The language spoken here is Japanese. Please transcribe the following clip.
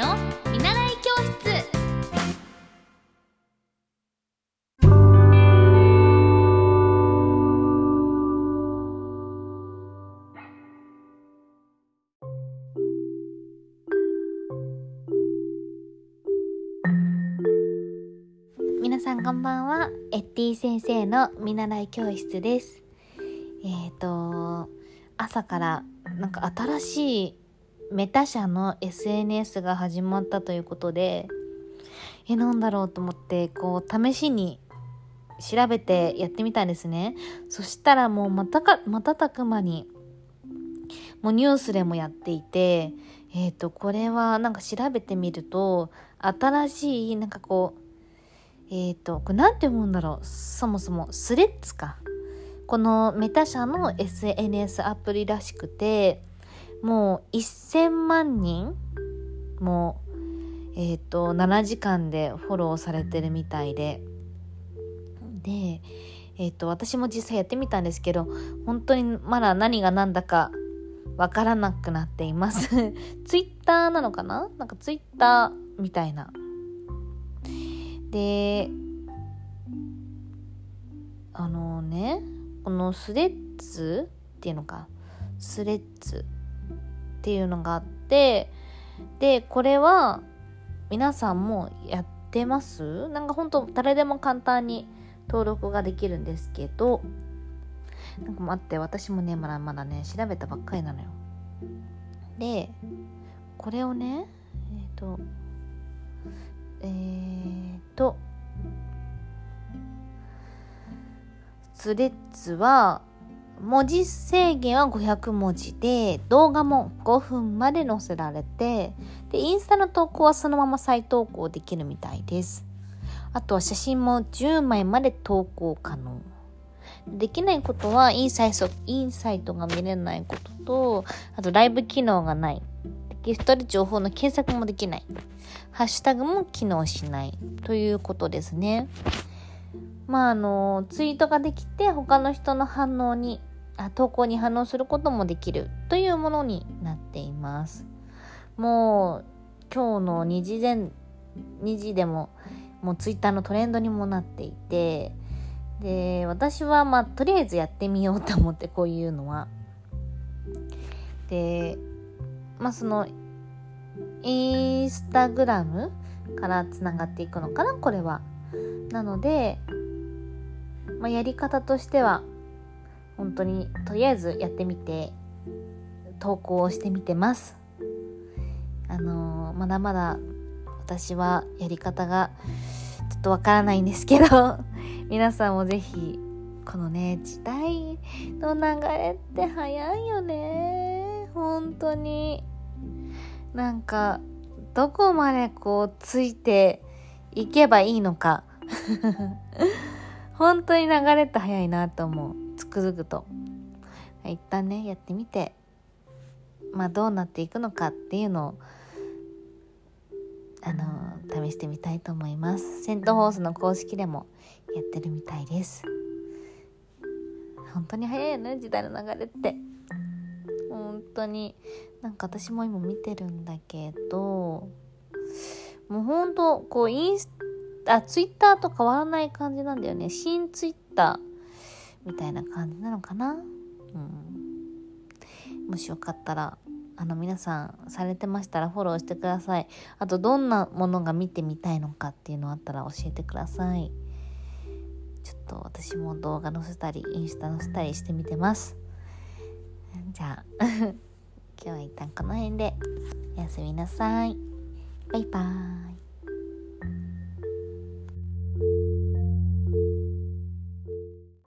の見習い教室。皆さんこんばんは。エッティ先生の見習い教室です。朝からなんか新しいメタ社の SNS が始まったということで、なんだろうと思って試しに調べてやってみたんですね。そしたらもう瞬く間にもうニュースでもやっていて、これはなんか調べてみると新しいこれなんて読むんだろう。そもそもスレッズか。このメタ社の SNS アプリらしくて、もう1000万人も7時間でフォローされてるみたいで、私も実際やってみたんですけど、本当にまだ何が何だかわからなくなっていますツイッターなのかな、なんかツイッターみたいな。でこのスレッズっていうのがあって、でこれは皆さんもやってます？なんか本当誰でも簡単に登録ができるんですけど、なんか待って、私もねまだね調べたばっかりなのよ。でこれをねスレッズは文字制限は500文字で、動画も5分まで載せられて、でインスタの投稿はそのまま再投稿できるみたいです。あとは写真も10枚まで投稿可能。できないことはインサイトが見れないことと、あとライブ機能がない、テキストで情報の検索もできない、ハッシュタグも機能しないということですね。ツイートができて他の人の投稿に反応することもできるというものになっています。もう今日の2時でもうツイッターのトレンドにもなっていて、で私はとりあえずやってみようと思って、こういうのはでそのインスタグラムからつながっていくのかな、これは。なのでやり方としては本当にとりあえずやってみて投稿をしてみてます。まだまだ私はやり方がちょっとわからないんですけど皆さんもぜひ、このね時代の流れって早いよね。本当になんかどこまでついていけばいいのか本当に流れって早いなと思う。つくづくと一旦ねやってみて、どうなっていくのかっていうのを試してみたいと思います。セントホースの公式でもやってるみたいです。本当に早いよね、時代の流れって。本当になんか私も今見てるんだけど、もう本当ツイッターと変わらない感じなんだよね。新ツイッターみたいな感じなのかな。もしよかったら皆さんされてましたらフォローしてください。あとどんなものが見てみたいのかっていうのあったら教えてください。ちょっと私も動画載せたりインスタ載せたりしてみてます。じゃあ今日は一旦この辺でおやすみなさい。バイバーイ。